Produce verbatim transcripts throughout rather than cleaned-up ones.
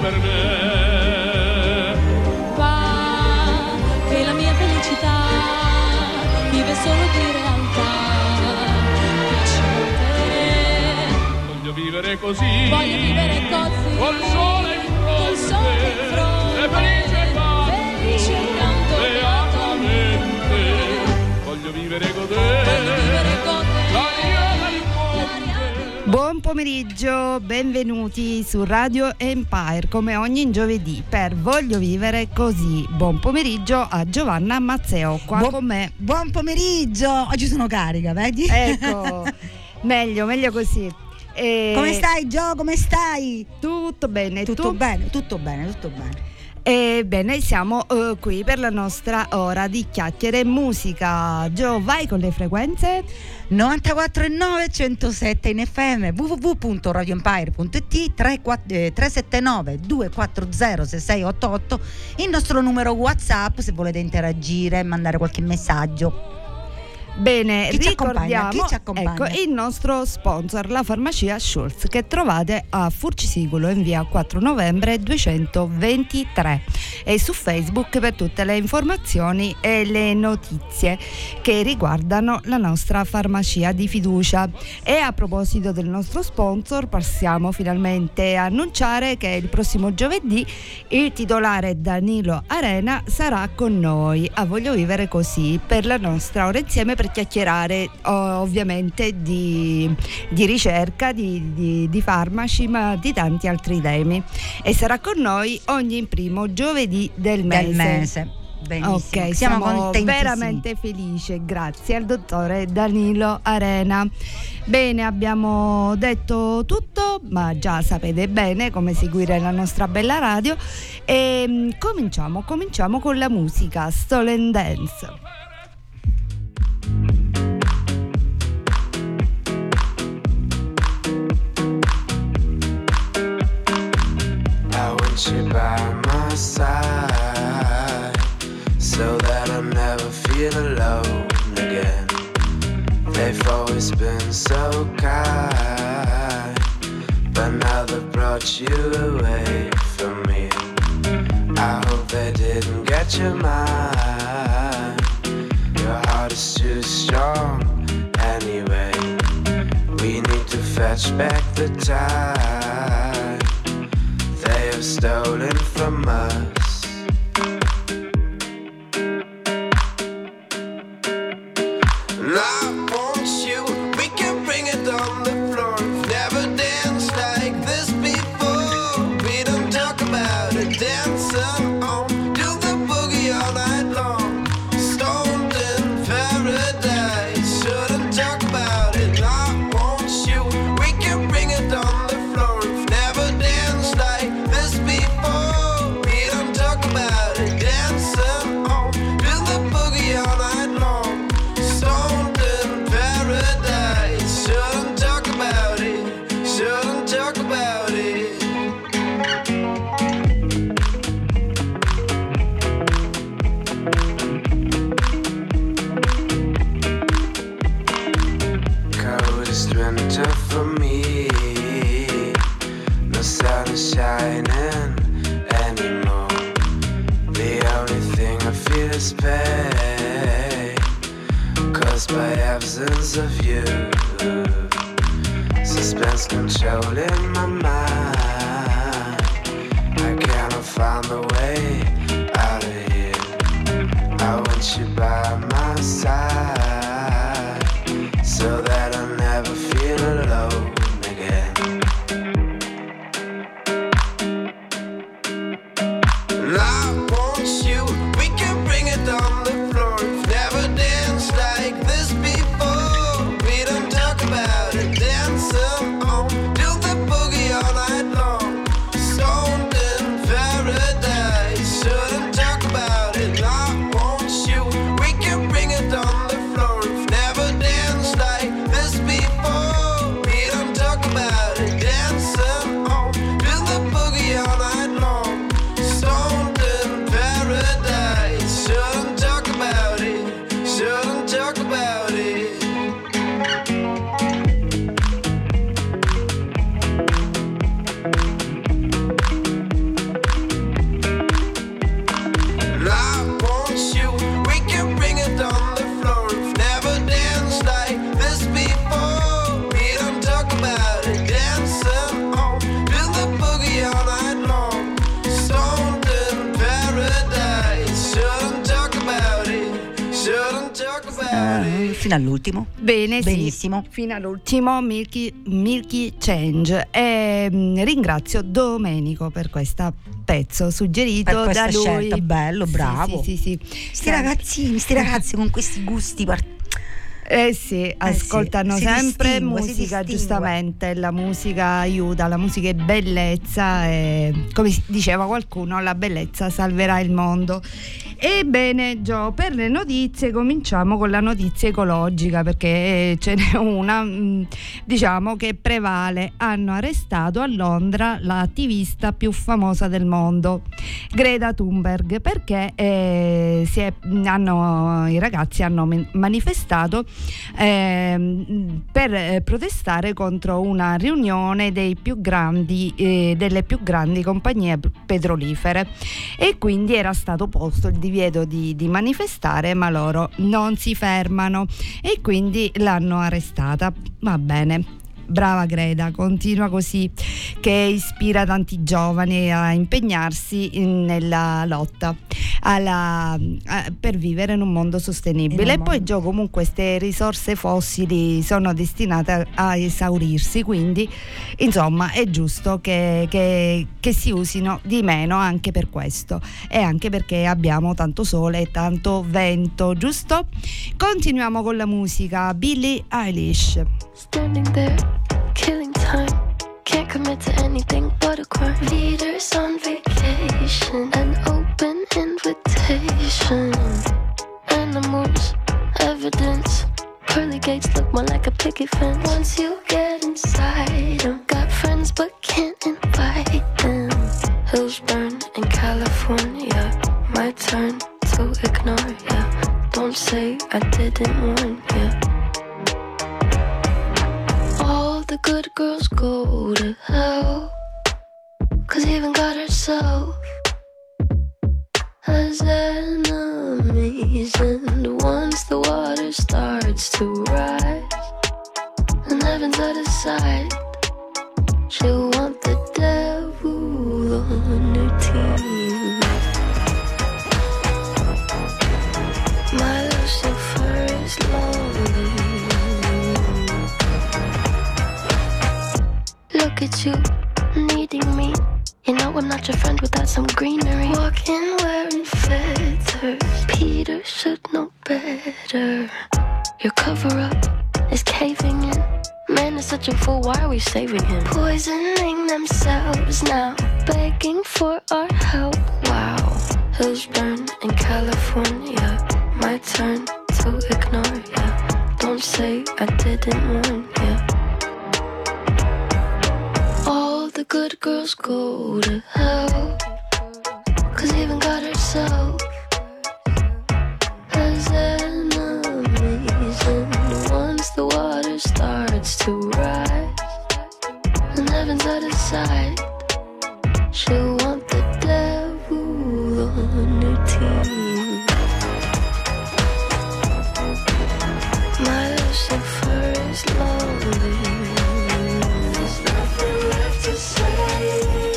per me. Va, che la mia felicità vive solo di realtà. Vicino a te Voglio vivere così, voglio vivere così, col sole in fronte, col sole in fronte, e felice canto, felice canto beatamente. Voglio vivere con te, voglio vivere con te. l'ariana del monte. Buon pomeriggio, benvenuti su Radio Empire come ogni giovedì per Voglio vivere così. Buon pomeriggio a Giovanna Mazzeo qua buon, con me. Buon pomeriggio, oggi sono carica, vedi? Ecco, meglio, meglio così. E... Come stai Gio? Come stai? Tutto bene, Tutto tu? bene, tutto bene, tutto bene. Ebbene, siamo uh, qui per la nostra ora di chiacchiere e musica. Gio, vai con le frequenze? novantaquattro virgola nove, centosette in F M, w w w punto radio empire punto i t, tre sette nove due quattro zero sei sei otto otto, il nostro numero WhatsApp se volete interagire, mandare qualche messaggio. Bene, Chi ci ricordiamo accompagna? Chi ci accompagna? ecco, il nostro sponsor, la farmacia Schulz, che trovate a Furcisicolo in via quattro novembre duecentoventitré, e su Facebook per tutte le informazioni e le notizie che riguardano la nostra farmacia di fiducia. E a proposito del nostro sponsor, possiamo finalmente annunciare che il prossimo giovedì il titolare Danilo Arena sarà con noi a Voglio vivere così per la nostra ora insieme, per chiacchierare ovviamente di, di ricerca, di, di, di farmaci, ma di tanti altri temi, e sarà con noi ogni primo giovedì del mese. Del mese. Benissimo. Ok, siamo, siamo contenti, veramente felici, grazie al dottore Danilo Arena. Bene, abbiamo detto tutto, ma già sapete bene come seguire la nostra bella radio, e um, cominciamo, cominciamo con la musica Stolen Dance. I want you by my side, so that I'll never feel alone again. They've always been so kind, but now they've brought you away from me. I hope they didn't get your mind. Your heart is too strong anyway. We need to fetch back the time they have stolen from us. And I want you, we can bring it on the floor. Never danced like this before. We don't talk about it, dancing on, do the boogie all night long. Stoned in paradise, shouldn't talk about it. I want you, we can bring it on the floor. Never danced like this before. We don't talk about it, dancing on, do the boogie all night long. Stoned in paradise, shouldn't talk about it, shouldn't talk about it. Coldest winter for me, no sun is shining anymore. The only thing I feel is pain, caused by absence of you. Suspense controlling my mind, I cannot find the way out of here. I want you by my side, so that I'll never feel alone again. And I want you, we can bring it on the floor. Never danced like this before. We don't talk about it, dancing on, do the boogie all night long. Stoned in paradise, shouldn't talk about it. I want you, we can bring it on the floor. Never danced like this before. We don't talk about it, dancing on, do the boogie all night long. Stoned in fino all'ultimo. Bene, Benissimo. sì, fino all'ultimo Milky, Milky Change. E, mh, ringrazio Domenico per questo pezzo suggerito Per questa da lui. scelta, bello, bravo. Sì, sì, sì, sì. Sti ragazzini, sti ragazzi con questi gusti particolari. Eh sì, ascoltano si sempre distingue, si musica, distingue. giustamente, la musica aiuta, la musica è bellezza e, come si- diceva qualcuno, la bellezza salverà il mondo. Ebbene, Gio, per le notizie cominciamo con la notizia ecologica, perché ce n'è una, mh, diciamo, che prevale. Hanno arrestato a Londra l'attivista più famosa del mondo, Greta Thunberg, perché eh, si è, hanno, i ragazzi hanno men- manifestato ehm, per eh, protestare contro una riunione dei più grandi, eh, delle più grandi compagnie p- petrolifere, e quindi era stato posto il divieto di, di manifestare, ma loro non si fermano e quindi l'hanno arrestata. Va bene, brava Greta, continua così, che ispira tanti giovani a impegnarsi in- nella lotta alla, a- per vivere in un mondo sostenibile. In un E poi, mondo- Gio, comunque queste risorse fossili sono destinate a, a esaurirsi, quindi insomma è giusto che, che- che si usino di meno anche per questo, e anche perché abbiamo tanto sole e tanto vento, giusto? Continuiamo con la musica. Billie Eilish. Standing there, killing time. Can't commit to anything but a crime. Leaders on vacation, an open invitation. Animals, evidence. Pearly gates look more like a picket fence. Once you get inside them, got friends but can't invite them. Hills burn in California. My turn to ignore ya. Don't say I didn't warn ya. All the good girls go to hell, 'cause even God herself has enemies. And once the water starts to rise and heaven's out of sight, she'll want the devil on her team. My Lucifer is lonely. Look at you, needing me. You know I'm not your friend without some greenery. Walking wearing feathers. Peter should know better. Your cover-up is caving in. Man is such a fool, why are we saving him? Poisoning themselves now, begging for our help. Wow. Hills burn in California. My turn to ignore ya. Don't say I didn't warn ya. All the good girls go to hell, 'cause even God herself has enemies. And once the water starts to rise and heaven's out of sight, she'll want the devil on her team. My Lucifer is lonely. There's nothing left to say.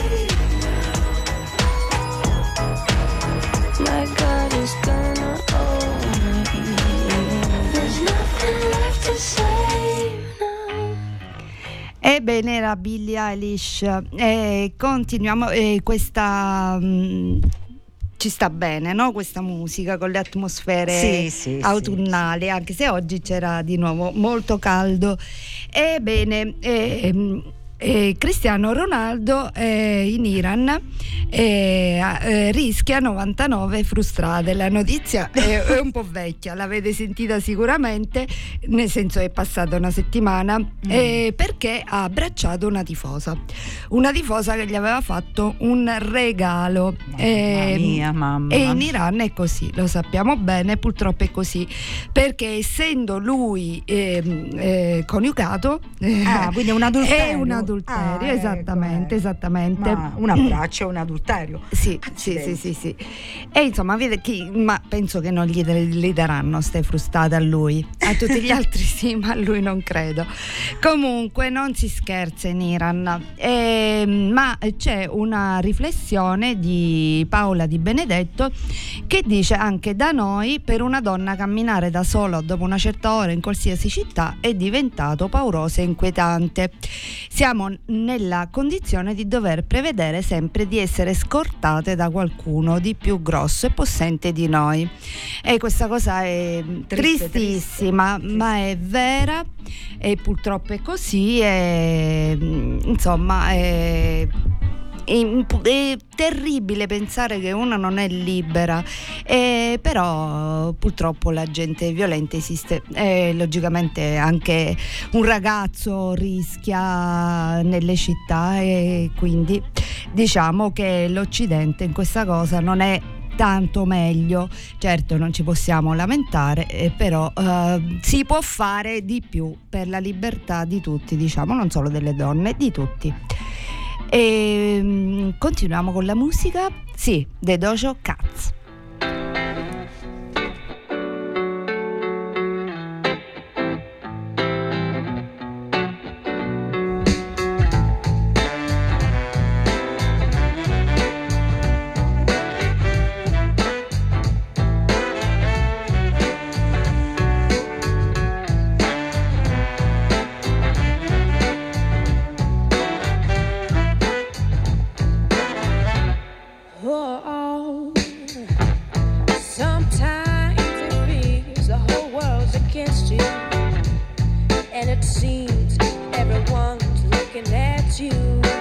My God is gonna own me. There's nothing left to say now. Ebbene, era Billie Eilish. E continuiamo. E questa mh, ci sta bene, no? Questa musica con le atmosfere Sì, sì, autunnali, anche se oggi c'era di nuovo molto caldo. Ebbene, ehm, eh, Cristiano Ronaldo eh, in Iran eh, eh, rischia novantanove frustrate. La notizia è, è un po' vecchia, l'avete sentita sicuramente, nel senso è passata una settimana, eh, perché ha abbracciato una tifosa, una tifosa che gli aveva fatto un regalo. Mamma Eh, mia, mamma. E in Iran è così, lo sappiamo bene, purtroppo è così, perché essendo lui ehm, eh, coniugato, eh, Ah, quindi è un adulterio. è un adulterio, Ah, esattamente, ecco, eh. esattamente. Ma un abbraccio è un adulterio. Sì, sì, sì, sì, sì. E insomma, vede chi, ma penso che non gli, gli daranno ste frustate a lui. A tutti gli altri sì, ma a lui non credo. Comunque non si scherza in Iran. Eh, ma c'è una riflessione di Paola Di Benedetto che dice: anche da noi per una donna camminare da sola dopo una certa ora in qualsiasi città è diventato pauroso e inquietante. Siamo nella condizione di dover prevedere sempre di essere scortate da qualcuno di più grosso e possente di noi. E questa cosa è Triste, tristissima, triste. ma è vera e purtroppo è così. E, insomma, è È, è terribile pensare che una non è libera, eh, però purtroppo la gente violenta esiste, e logicamente anche un ragazzo rischia nelle città, e quindi diciamo che l'Occidente in questa cosa non è tanto meglio. Certo, non ci possiamo lamentare, eh, però eh, si può fare di più per la libertà di tutti, diciamo, non solo delle donne, di tutti. E mm, continuiamo con la musica, sì, dei Doja Cat. Oh, sometimes it feels the whole world's against you, and it seems everyone's looking at you.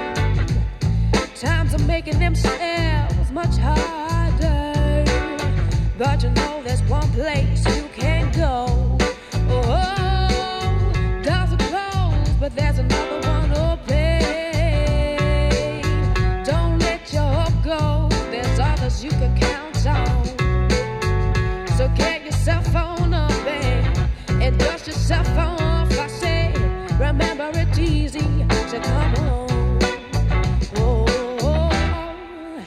Times are making themselves much harder, but you know there's one place you can go. Oh, doors are closed, but there's another one open. Don't let your hope go. There's others you can count on. So get yourself on up and, and dust yourself off. I say, remember it's easy to come home. Oh, oh,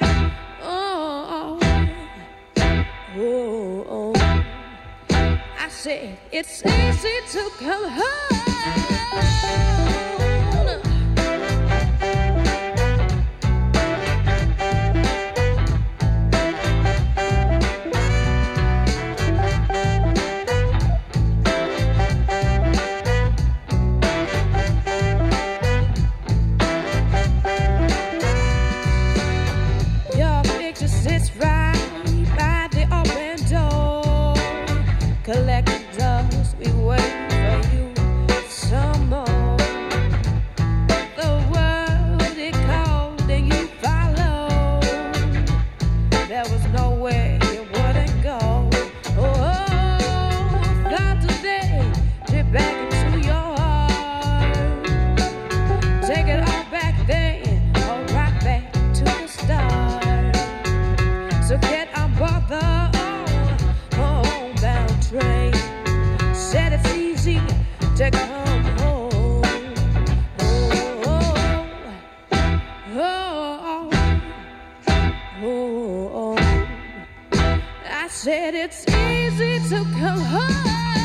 oh, oh, oh. I said it's easy to come home. Your picture sits right by the open door. Collecting dust, we wait for you some more. The world it called and you followed. There was nowhere you wouldn't go. Oh, thought today, trip back into your heart. Take it all back then, all right back to the start. So get on board the homebound train. Said it's easy to come home. Oh, oh, oh, oh, oh. I said it's easy to come home.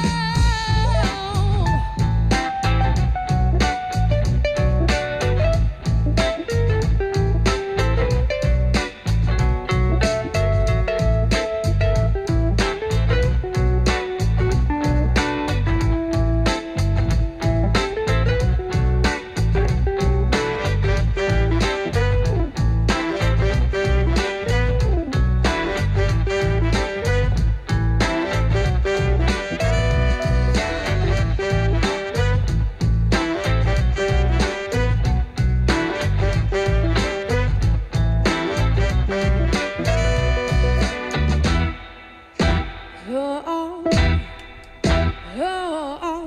Oh, oh, oh.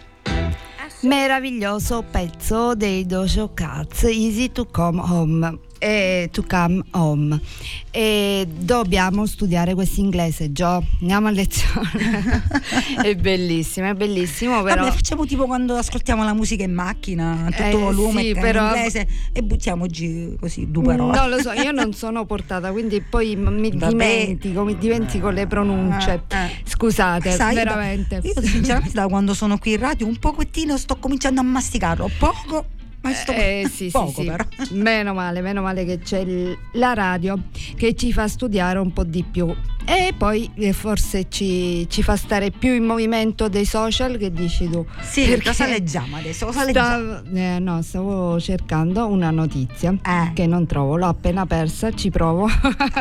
Meraviglioso pezzo dei Doja Cat, Easy to Come Home. e To Come Home. E dobbiamo studiare questo inglese, Gio, andiamo a lezione. È bellissimo, è bellissimo, però Vabbè, facciamo tipo quando ascoltiamo la musica in macchina a tutto Eh, volume, sì, in però- inglese, e buttiamo giù così due parole. non lo so, io non sono portata, quindi poi m- mi Vabbè. dimentico, mi dimentico le pronunce. Eh, eh. Scusate, Sai, io da- veramente. Io sinceramente da quando sono qui in radio un pochettino sto cominciando a masticarlo, poco, ma sto Eh, sì, sì, poco sì. però. Meno male, meno male che c'è il- la radio che ci fa studiare un po' di più e poi eh, forse ci, ci fa stare più in movimento dei social. Che dici tu? Sì, Perché cosa leggiamo adesso? Cosa leggiamo? Stavo, eh, no, stavo cercando una notizia Eh. che non trovo, l'ho appena persa, ci provo.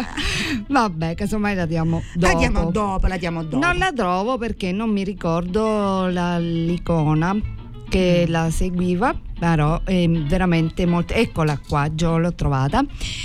Vabbè, casomai la diamo dopo. La diamo dopo, la diamo dopo. Non la trovo perché non mi ricordo la- l'icona che Mm. la seguiva, però è veramente molto. Eccola qua, Gio, l'ho trovata.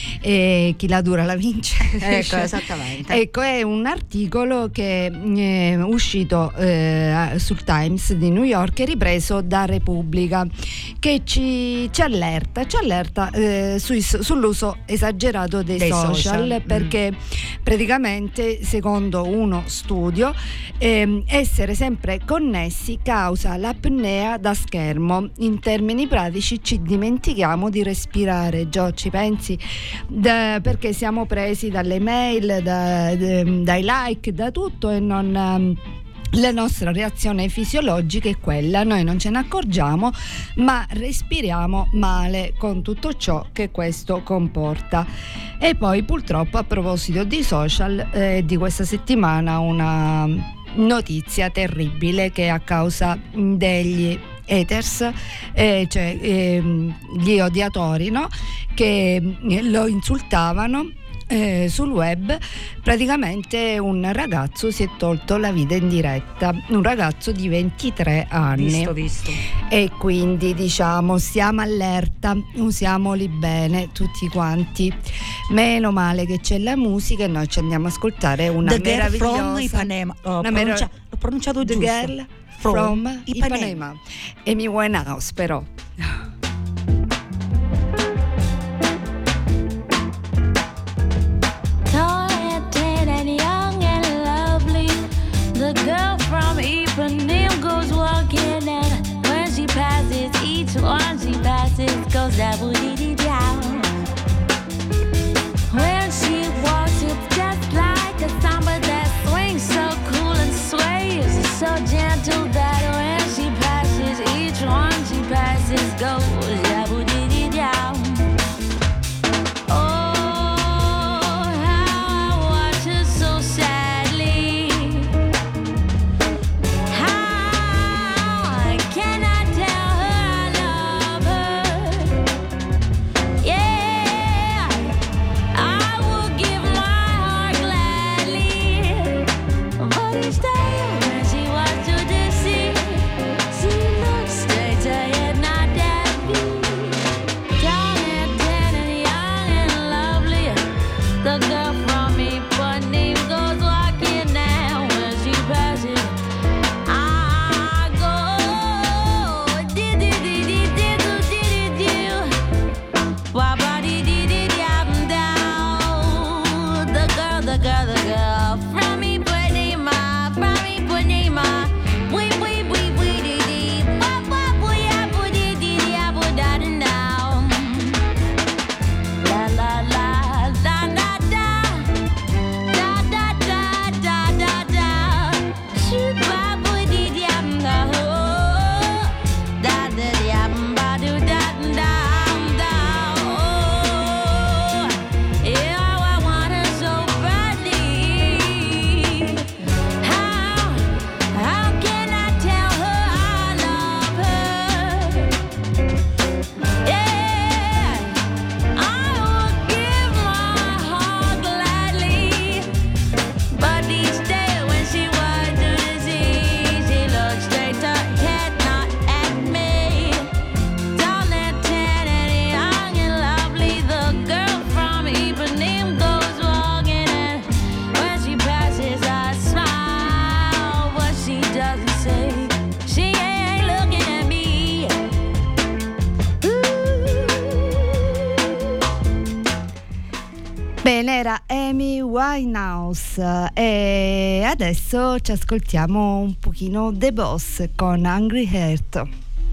E chi la dura la vince. Ecco, esattamente. Ecco, è un articolo che è uscito eh, sul Times di New York e ripreso da Repubblica, che ci, ci allerta, ci allerta eh, sui- sull'uso esagerato dei, Dei social, social, mm. perché praticamente, secondo uno studio, ehm, essere sempre connessi causa l'apnea da schermo. In termini pratici ci dimentichiamo di respirare. Gio, ci pensi? Da- perché siamo presi dalle mail, da- de- dai like, da tutto, e non ehm, la nostra reazione fisiologica è quella, noi non ce ne accorgiamo, ma respiriamo male con tutto ciò che questo comporta. E poi purtroppo, a proposito di social, eh, di questa settimana una notizia terribile che a causa degli haters, eh, cioè ehm, gli odiatori, no? Che eh, lo insultavano eh, sul web. Praticamente un ragazzo si è tolto la vita in diretta, un ragazzo di ventitré anni. Visto, visto. E quindi diciamo stiamo allerta, usiamoli bene tutti quanti. Meno male che c'è la musica e noi ci andiamo a ascoltare una The Girl meravigliosa from Ipanema. L'ho, una pronuncia- merav- l'ho pronunciato The giusto. Girl from Ipanema. Ipanema. Amy Winehouse, però. Tall and tan and young and lovely, the girl from Ipanema goes walking, and when she passes, each one she passes goes da-boo-dee-dee-down. When she walks, it's just like a samba that swings so cool and sways so gentle that when she passes, each one she passes goes Bene, era Amy Winehouse e adesso ci ascoltiamo un pochino The Boss con Hungry Heart.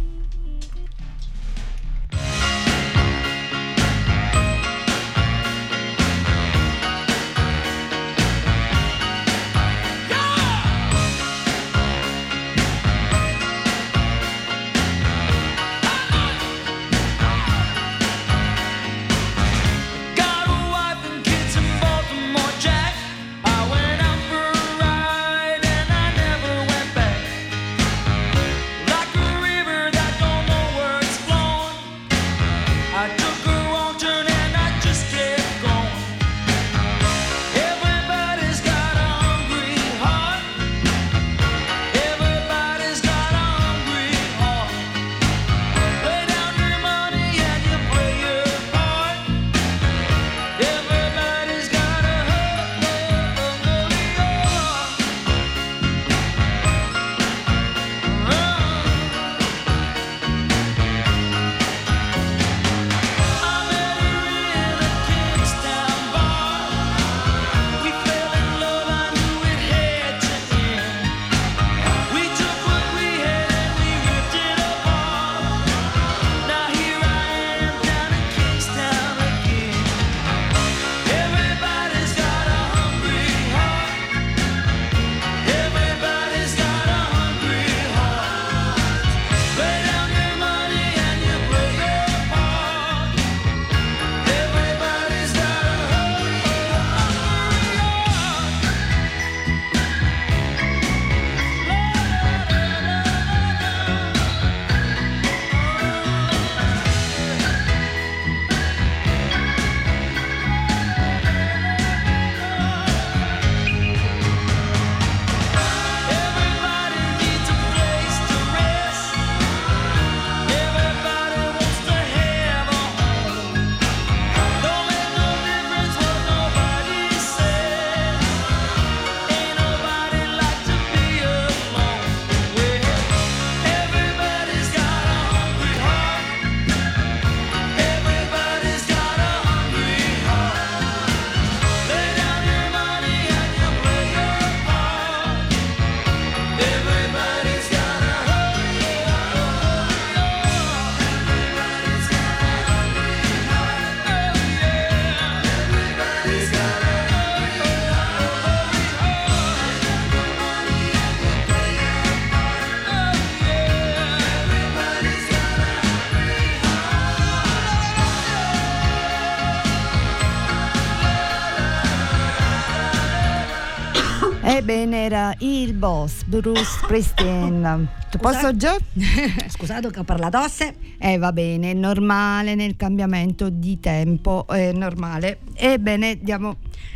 Ebbene, era il boss Bruce Springsteen. Ti posso già? Scusate che ho parlato osse. Eh va bene, è normale nel cambiamento di tempo, è normale. Ebbene, diamo.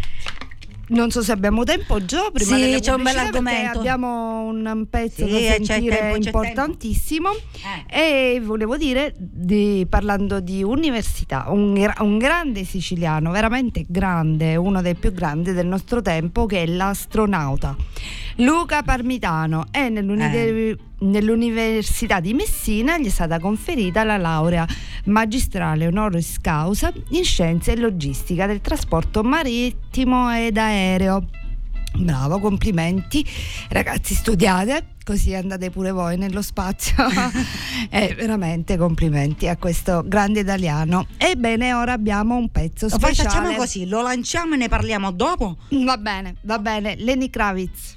Non so se abbiamo tempo, Gio, prima sì, delle c'è un bel pubblicità, perché argomento. Abbiamo un pezzo Sì, da c'è sentire tempo, c'è importantissimo Eh. e volevo dire, di, parlando di università, un, gra- un grande siciliano, veramente grande, uno dei più grandi del nostro tempo, che è l'astronauta Luca Parmitano, e nell'uni- Eh. nell'Università di Messina gli è stata conferita la laurea magistrale honoris causa in scienze e logistica del trasporto marittimo ed aereo. Bravo, complimenti ragazzi, studiate così andate pure voi nello spazio. E veramente complimenti a questo grande italiano. Ebbene, ora abbiamo un pezzo Poi speciale. facciamo così, lo lanciamo e ne parliamo dopo. Va bene, va bene. Lenny Kravitz.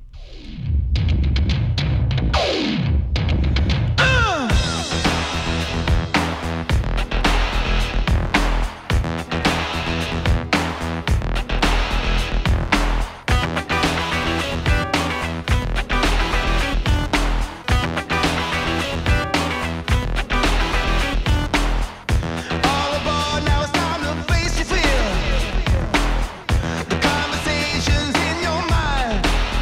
All aboard, now it's time to face your fear. The conversations in your mind.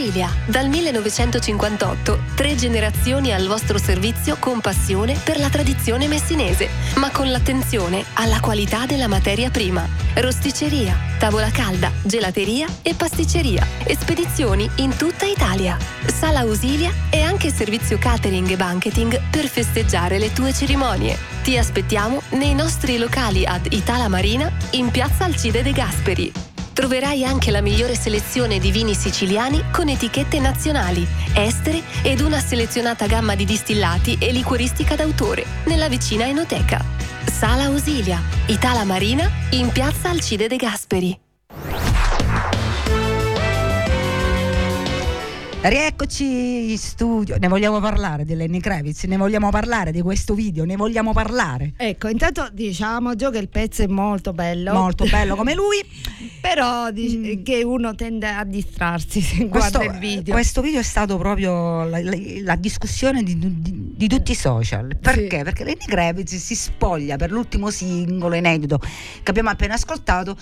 Usilia. Dal millenovecentocinquantotto, tre generazioni al vostro servizio con passione per la tradizione messinese, ma con l'attenzione alla qualità della materia prima. Rosticceria, tavola calda, gelateria e pasticceria. E spedizioni in tutta Italia. Sala Usilia è anche servizio catering e banqueting per festeggiare le tue cerimonie. Ti aspettiamo nei nostri locali ad Itala Marina in piazza Alcide De Gasperi. Troverai anche la migliore selezione di vini siciliani con etichette nazionali, estere ed una selezionata gamma di distillati e liquoristica d'autore nella vicina enoteca. Sala Usilia, Itala Marina in piazza Alcide De Gasperi. Rieccoci in studio, ne vogliamo parlare di Lenny Kravitz, ne vogliamo parlare di questo video, ne vogliamo parlare. Ecco, intanto diciamo Gio che il pezzo è molto bello. Molto bello come lui. Però dic- mm. che uno tende a distrarsi se questo, guarda il video. Questo video è stato proprio la, la, la discussione di, di, di tutti i social. Perché? Sì. Perché Lenny Kravitz si spoglia per l'ultimo singolo inedito che abbiamo appena ascoltato.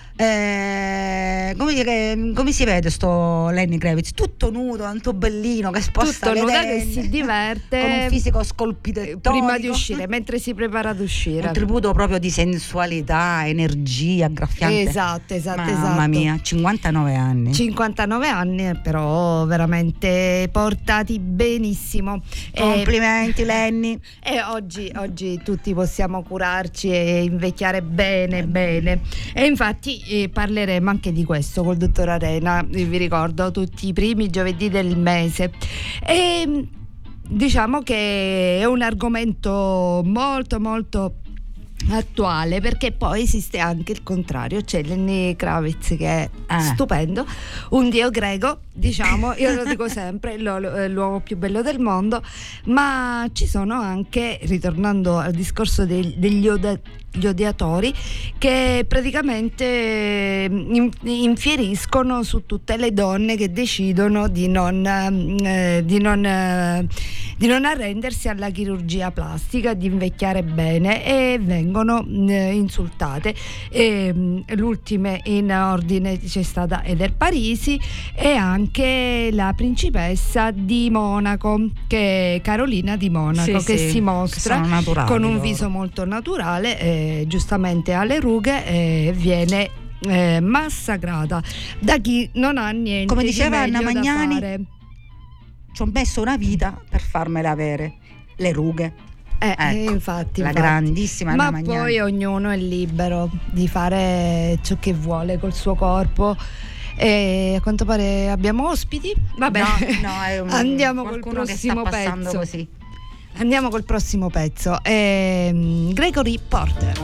Eh, come, dire, come si vede sto Lenny Kravitz tutto nudo, tanto bellino, che sposta tutto le nudo, tende, che si diverte con un fisico scolpito prima di uscire, mentre si prepara ad uscire, un tributo proprio di sensualità, energia graffiante. Esatto, esatto, mamma esatto. Mamma mia, cinquantanove anni cinquantanove anni, però veramente portati benissimo. Complimenti e, Lenny. E oggi, oggi tutti possiamo curarci e invecchiare bene bene, e infatti E parleremo anche di questo col dottor Arena, vi ricordo, tutti i primi giovedì del mese. E diciamo che è un argomento molto molto attuale, perché poi esiste anche il contrario, c'è Lenny Kravitz che è ah. stupendo, un dio greco, diciamo, io lo dico sempre, l'uomo più bello del mondo, ma ci sono anche, ritornando al discorso degli, degli od- gli odiatori, che praticamente infieriscono su tutte le donne che decidono di non, eh, di non, eh, di non arrendersi alla chirurgia plastica, di invecchiare bene, e vengono eh, insultate. E, l'ultima in ordine c'è stata Eder Parisi e anche la principessa di Monaco, che è Carolina di Monaco, sì, che sì, si mostra che naturali, con un loro. viso molto naturale, eh, giustamente ha le rughe e viene eh, massacrata da chi non ha niente, come diceva Anna Magnani, fare. Ci ho messo una vita per farmele avere le rughe. Eh, ecco, infatti, la infatti. grandissima Anna Ma Magnani. poi ognuno è libero di fare ciò che vuole col suo corpo. E a quanto pare abbiamo ospiti. Vabbè, no, no, è un, andiamo col prossimo che sta passando pezzo. Così. Andiamo col prossimo pezzo. Ehm, Gregory Porter.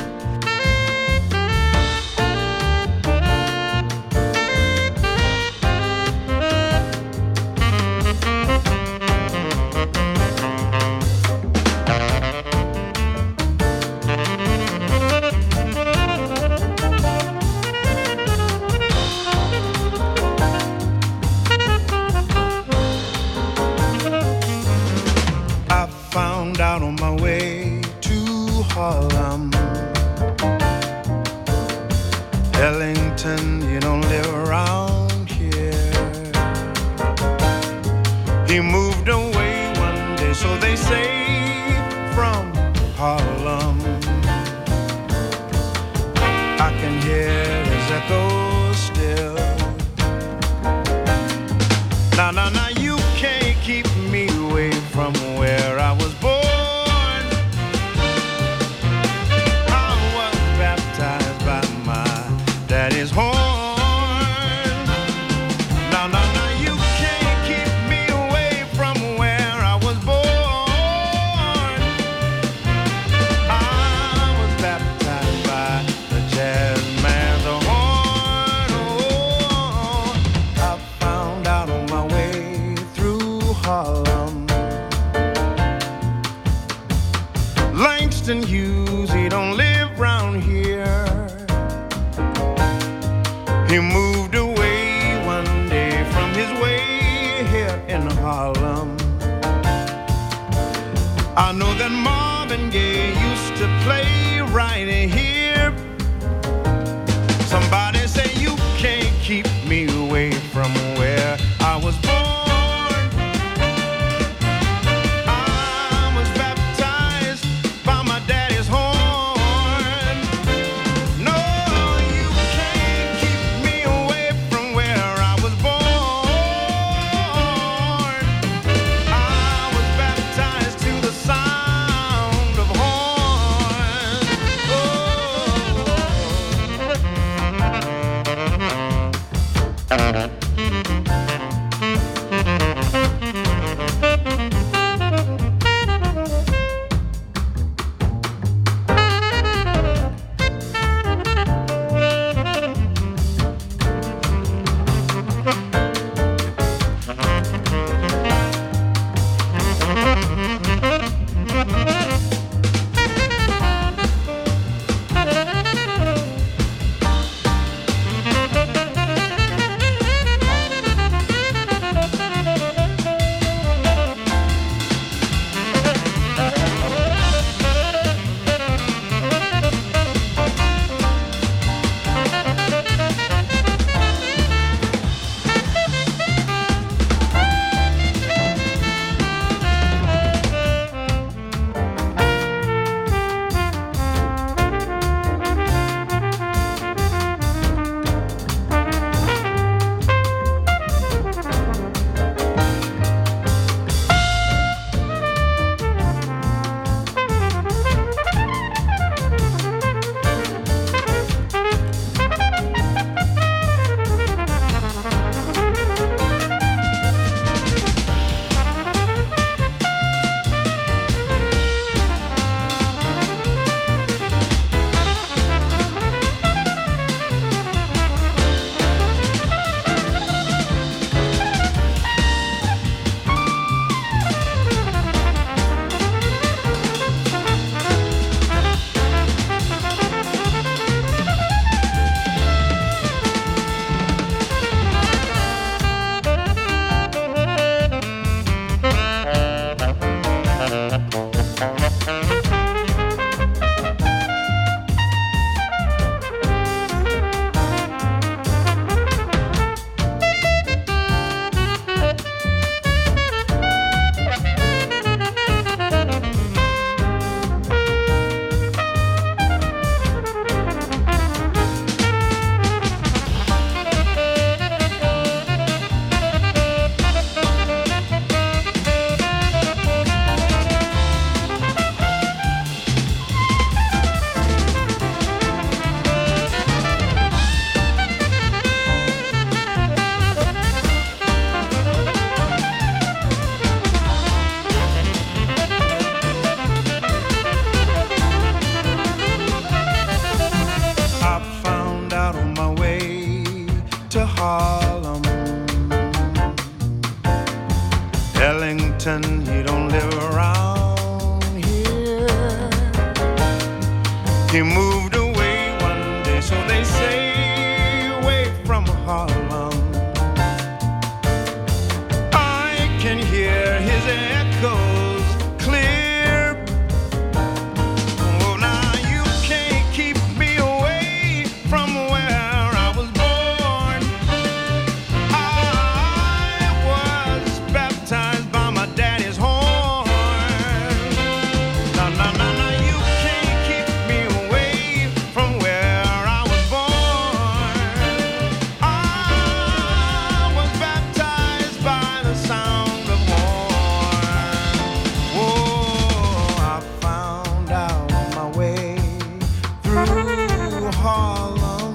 Out on my way to Harlem, Ellington, you don't live around here. He moved away one day, so they say, from Harlem. I can hear his echo still. Now, now, now, you can't keep me away from where I was born. That is horn. Now, now, now, you can't keep me away from where I was born. I was baptized by the jazz man's horn. Oh, I found out on my way through Harlem. Langston Hughes, he don't live round here. He moved away one day from his way here in Harlem. I know that Marvin Gaye used to play right here. Somebody say you can't keep me away from where I He moved away one day, so they say, away from Harlem. I can hear his echoes clear. Oh, now you can't keep me away from where I was born. I was baptized by my daddy's horn. No, no, no, no, you can't keep me away from where I was born. I was baptized by the sound of horn. Whoa, I found out my way through Harlem.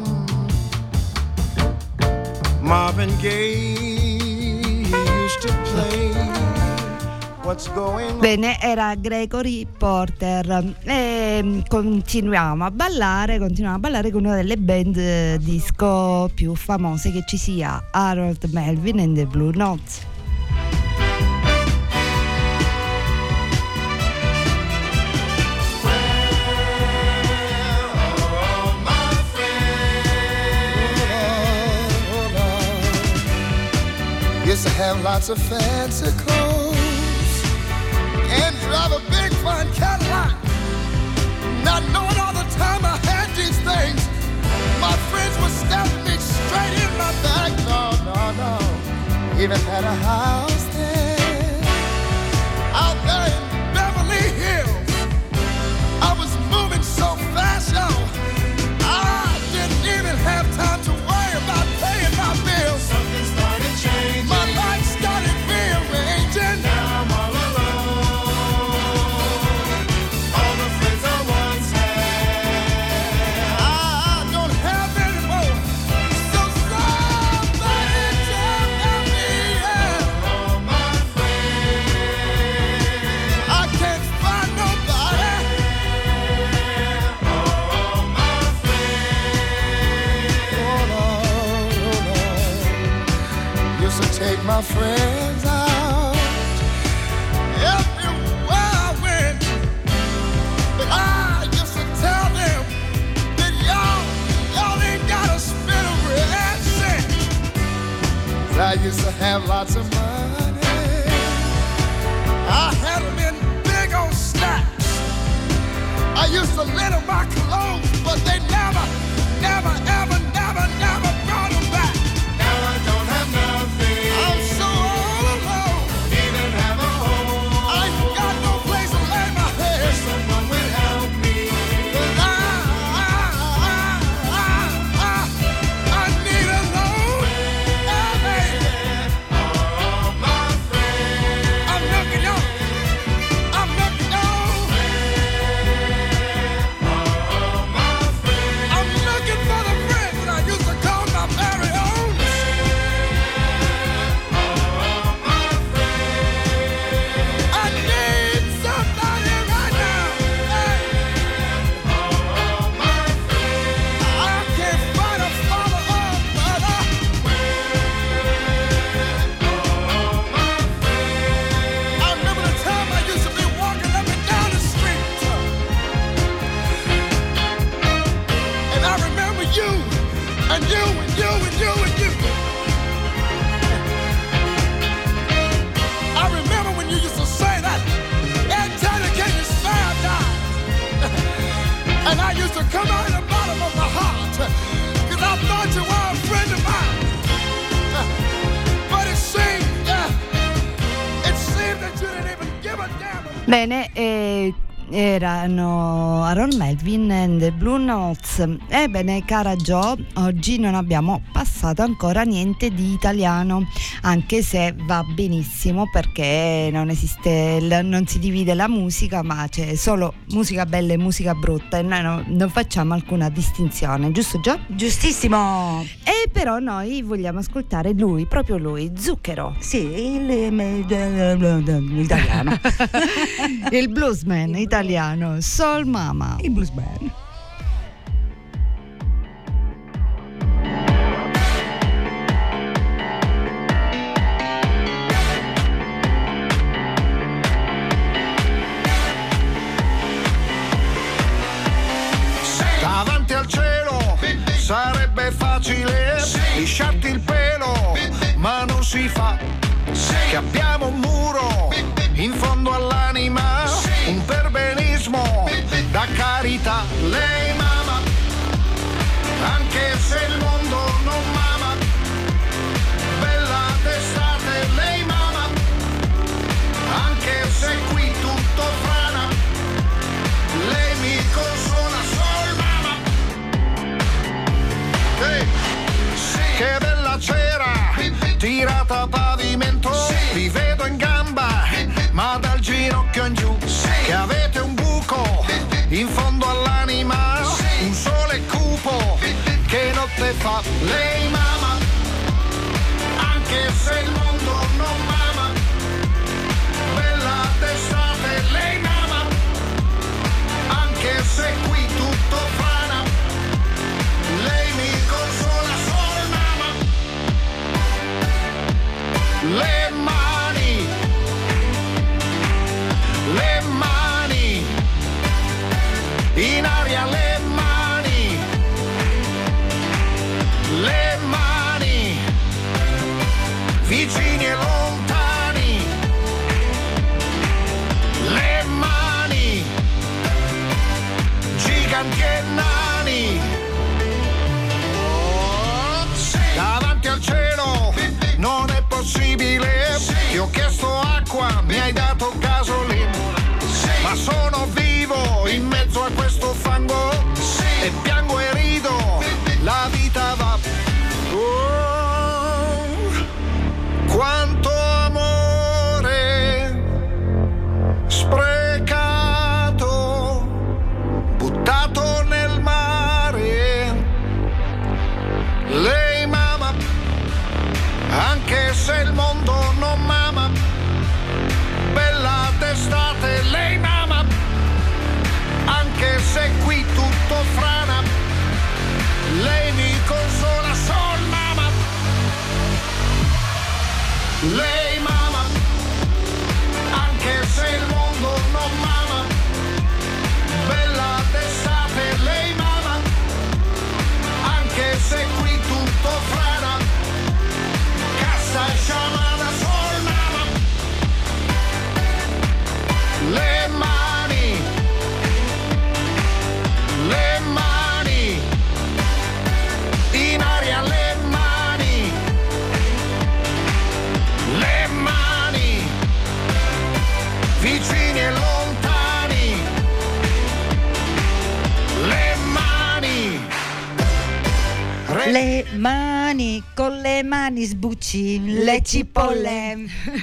Marvin Gaye used to play What's Going On. Bene, era Gregory Porter e continuiamo a ballare, continuiamo a ballare con una delle band eh, disco più famose che ci sia, Harold Melvin and the Blue Notes. Used to have lots of fancy clothes and drive a big fine Cadillac. Not knowing all the time I had these things, my friends would stab me straight in my back. No, no, no. Even had a house there out there in Beverly Hills. I was moving so fast, yo, I didn't even have time to worry about paying my bills. Something started changing. My life started rearranging. Now I'm all alone. All the friends I once had, I don't have anymore. So somebody tell me, yeah. All my friends, I can't find nobody. All my friends, oh Lord, oh Lord. Used to take my friends out everywhere I went, but I used to tell them that y'all, y'all ain't gotta spend a red cent. 'Cause I used to have lots of money. I had them in big old stacks. I used to lend them my clothes, but they never, never, ever, never, never brought them back. Now I don't have nothing. I'm so all alone. Even have a home. I ain't got no place to lay my head. Wish someone would help me. 'Cause I, I, I, I, I need a loan. Hey, all my friends, I'm looking on. I'm looking on. All my friends, I'm looking for the friends that I used to call my very own. All my friends, I need somebody right now. Hey. All my friends, I can't find a father or a mother. All my friends, I remember the time I used to be walking up and down the street, and I remember you, and you, and you, and you, and you. I remember when you used to say that Antonica Spare died. And I used to come out of the bottom of my heart, because I thought you were a friend of mine. But it seemed, uh, it seemed that you didn't even give a damn. Bene, eh, erano Harold Melvin and the Blue Notes. Ebbene, cara Jo, oggi non abbiamo passato ancora niente di italiano, anche se va benissimo, perché non esiste, non si divide la musica, ma c'è solo musica bella e musica brutta, e noi no, non facciamo alcuna distinzione, giusto Jo? Giustissimo. E però noi vogliamo ascoltare lui, proprio lui, Zucchero. Sì, il, il- italiano. Il bluesman italiano, Soul Mama. Il bluesman. si fa, che abbiamo un muro in fondo all'anima, un perbenismo da carità. Lei mama, anche se il mondo non mama, bella d'estate. Lei mama, anche se qui tutto frana, lei mi consola, sol mama. Ehi, che bella cera tirata a pavimento, vi vedo in gamba ma dal ginocchio in giù, che avete un buco in fondo all'anima, un sole cupo che notte fa. Lei mama, anche se il mondo non mama, bella d'estate. Lei mama, anche se qui tutto frana, lei mi consola, sol mama. Le mani, le mani, in aria le mani, le mani, vicini e lontani, le mani, giganti e nani, davanti al cielo non è possibile, ti ho chiesto acqua, mi hai dato gasolina, ma sono vivo in mezzo a questo fango, e piango e rido, la vita va. Oh, quanto amore sprecato, buttato nel mare. Lei mama, anche se il mondo non mama, bella d'estate. Lei mama, anche se qui tutto frana, lei mi consola, sol mama. Lei mama, anche se il mondo non mama, bella d'estate. Lei mama, anche se qui tutto frana, cassa sciamana, sol mama. Le mani, le mani, in aria le mani, le mani, vicini e lontani, le mani. Re- Le mani, con le mani sbucci le cipolle.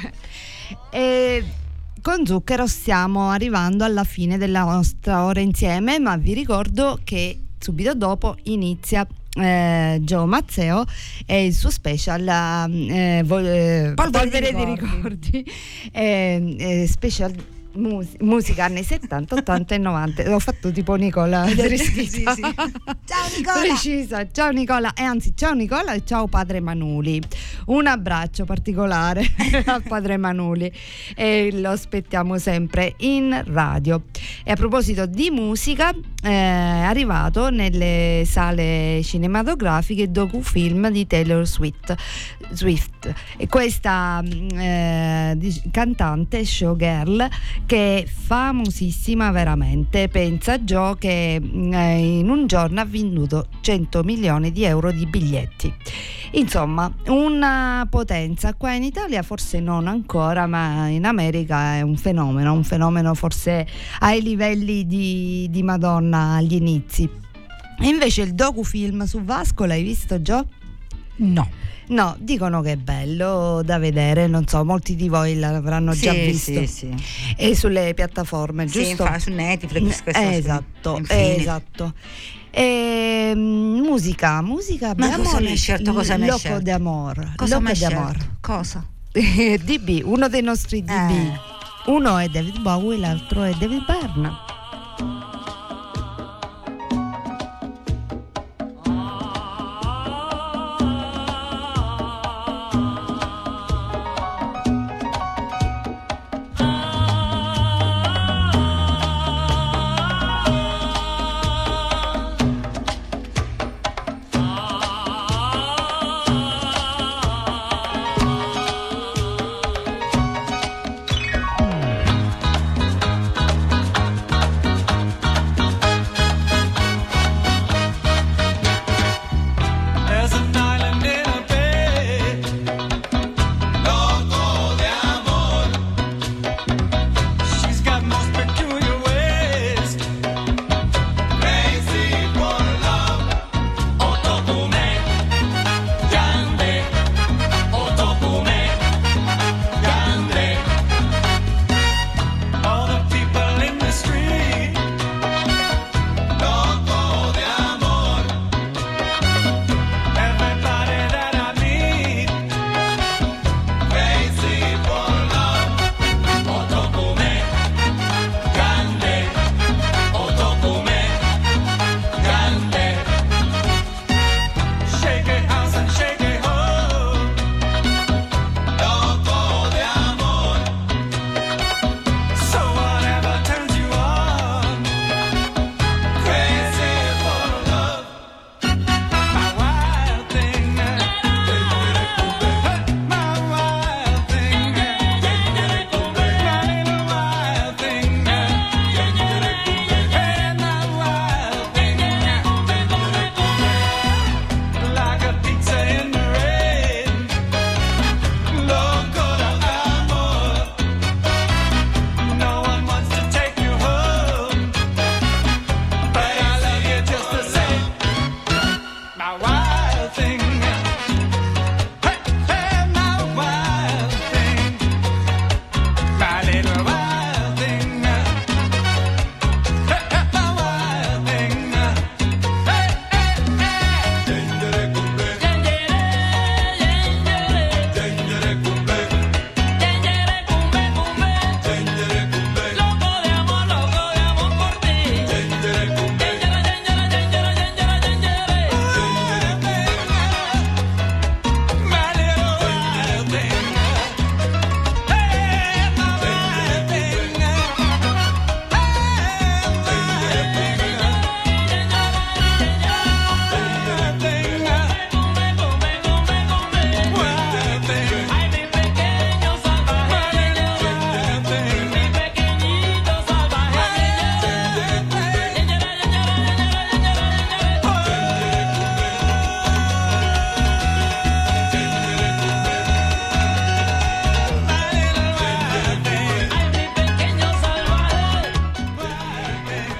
E con Zucchero stiamo arrivando alla fine della nostra ora insieme, ma vi ricordo che subito dopo inizia eh, Gio Mazzeo e il suo special eh, vo- eh, Polvere Polvere di di ricordi, eh, eh, special mus- musica anni settanta, ottanta e novanta. Ho fatto tipo Nicola Sì, sì. Ciao Nicola. Precisa. Ciao Nicola, e anzi ciao Nicola e ciao padre Manuli. Un abbraccio particolare a padre Manuli e lo aspettiamo sempre in radio. E a proposito di musica, è arrivato nelle sale cinematografiche il docufilm di Taylor Swift, Swift. E questa eh, cantante showgirl che è famosissima veramente. Pensa Gio che eh, in un giorno ha venduto cento milioni di euro di biglietti. Insomma, una potenza. Qua in Italia forse non ancora, ma in America è un fenomeno, un fenomeno forse ai livelli di, di Madonna agli inizi. E invece il docufilm su Vasco l'hai visto, Gio? No. No, dicono che è bello da vedere, non so, molti di voi l'avranno Sì, già visto. sì, sì. E sulle piattaforme, Sì, giusto? infa- su Netflix, questo Eh, sì. esatto, Infine. esatto. E, mm, musica, musica Ma abbiamo cosa mi hai scelto? Cosa mi hai Loco scelto? d'Amor. Cosa Loco mi hai d'Amor. scelto? Cosa? D B, uno dei nostri D B. Eh. Uno è David Bowie, l'altro è David Byrne.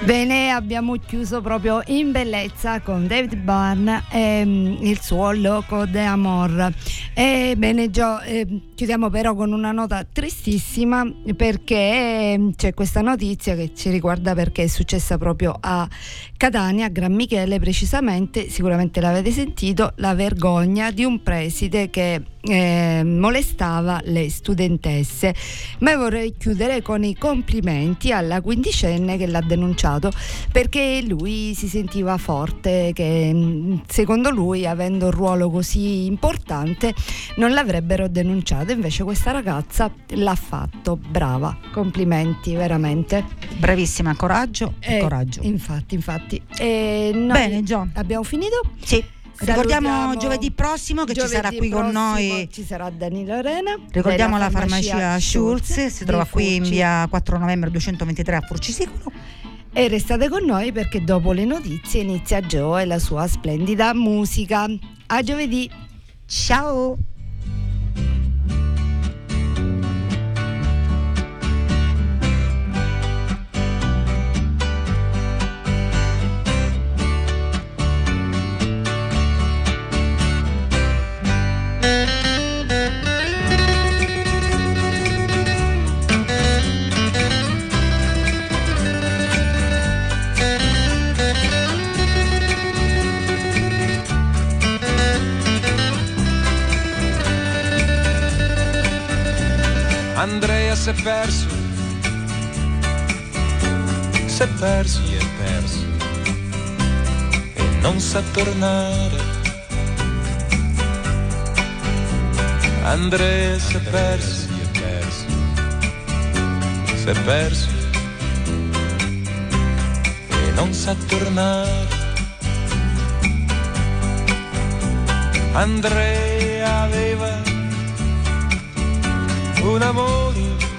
Bene, abbiamo chiuso proprio in bellezza con David Byrne e um, il suo Loco de Amor. E bene, Gio, eh, chiudiamo però con una nota tristissima, perché eh, c'è questa notizia che ci riguarda, perché è successa proprio a Catania, a Gran Michele precisamente. Sicuramente l'avete sentito, la vergogna di un preside che eh, molestava le studentesse. Ma vorrei chiudere con i complimenti alla quindicenne che l'ha denunciato, perché lui si sentiva forte, che secondo lui, avendo un ruolo così importante, non l'avrebbero denunciato. Invece questa ragazza l'ha fatto. Brava, complimenti, veramente bravissima, coraggio e eh, coraggio. Infatti, infatti. E noi Bene, Gio, abbiamo finito? Sì. Ricordiamo Salutiamo giovedì prossimo che giovedì ci sarà qui con noi. Ci sarà Danilo Arena. Ricordiamo la farmacia Schulz, Schulz, si trova qui in Furci. via quattro novembre duecentoventitré a Furcisicolo. E restate con noi, perché dopo le notizie inizia Gio e la sua splendida musica. A giovedì. Ciao. Andrea s'è perso, s'è perso, si è perso e non sa tornare. Andrea s'è perso, si è perso, s'è perso e non sa tornare. Andrea aveva un amore,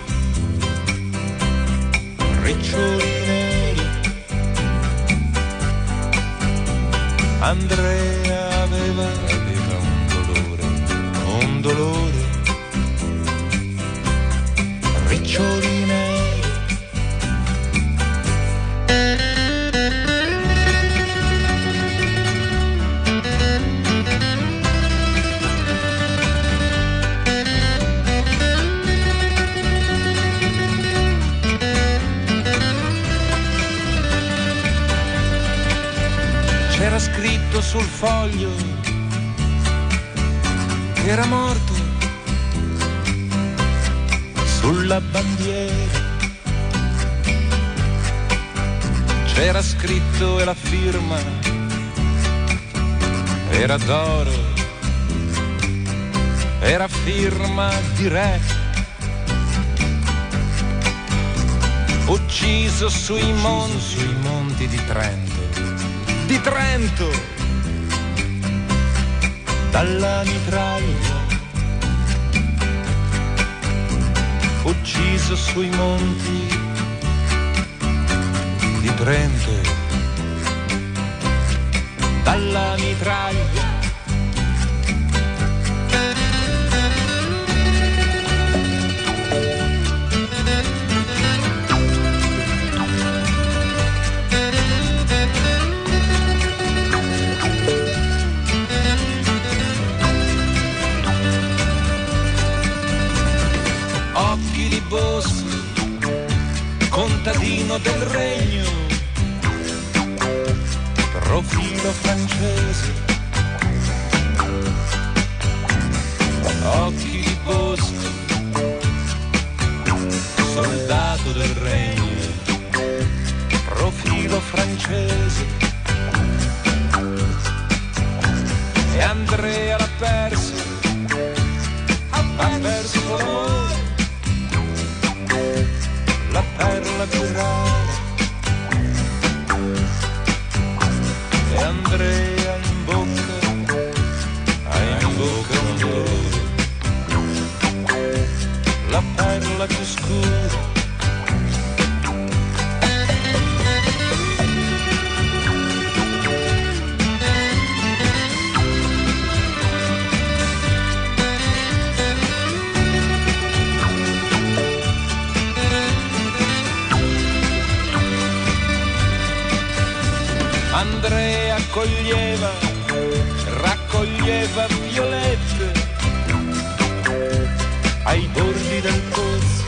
riccioli neri. Andrea aveva, aveva un dolore, un dolore, riccioli neri. C'era scritto sul foglio che era morto, sulla bandiera c'era scritto e la firma era d'oro, era firma di re, ucciso sui monti, sui monti di Trento, di Trento, dalla mitraglia, ucciso sui monti di Trento, dalla mitraglia. Bosco, contadino del regno, profilo francese, occhi di bosco, soldato del regno, profilo francese. E Andrea l'ha perso, ha perso l'amore, la perla più rara. E Andrea in bocca, ha in bocca un dolore, la perla più scura. Andrea coglieva, raccoglieva violette ai bordi del pozzo.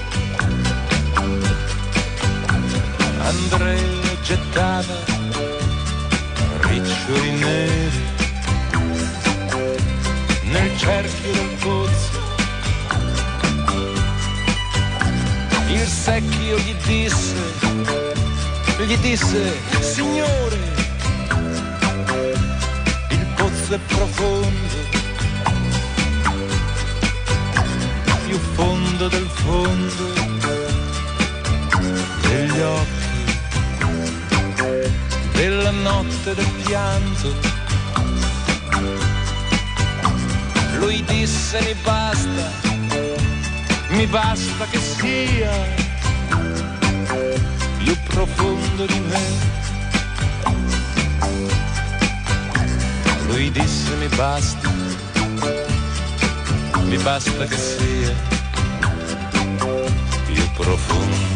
Andrea gettava riccioli neri nel cerchio del pozzo. Il secchio gli disse, gli disse, signore, il pozzo è profondo, più fondo del fondo degli occhi, della notte del pianto. Lui disse mi basta, mi basta che sia più profondo di me. Lui disse mi basta, mi basta che sia più profondo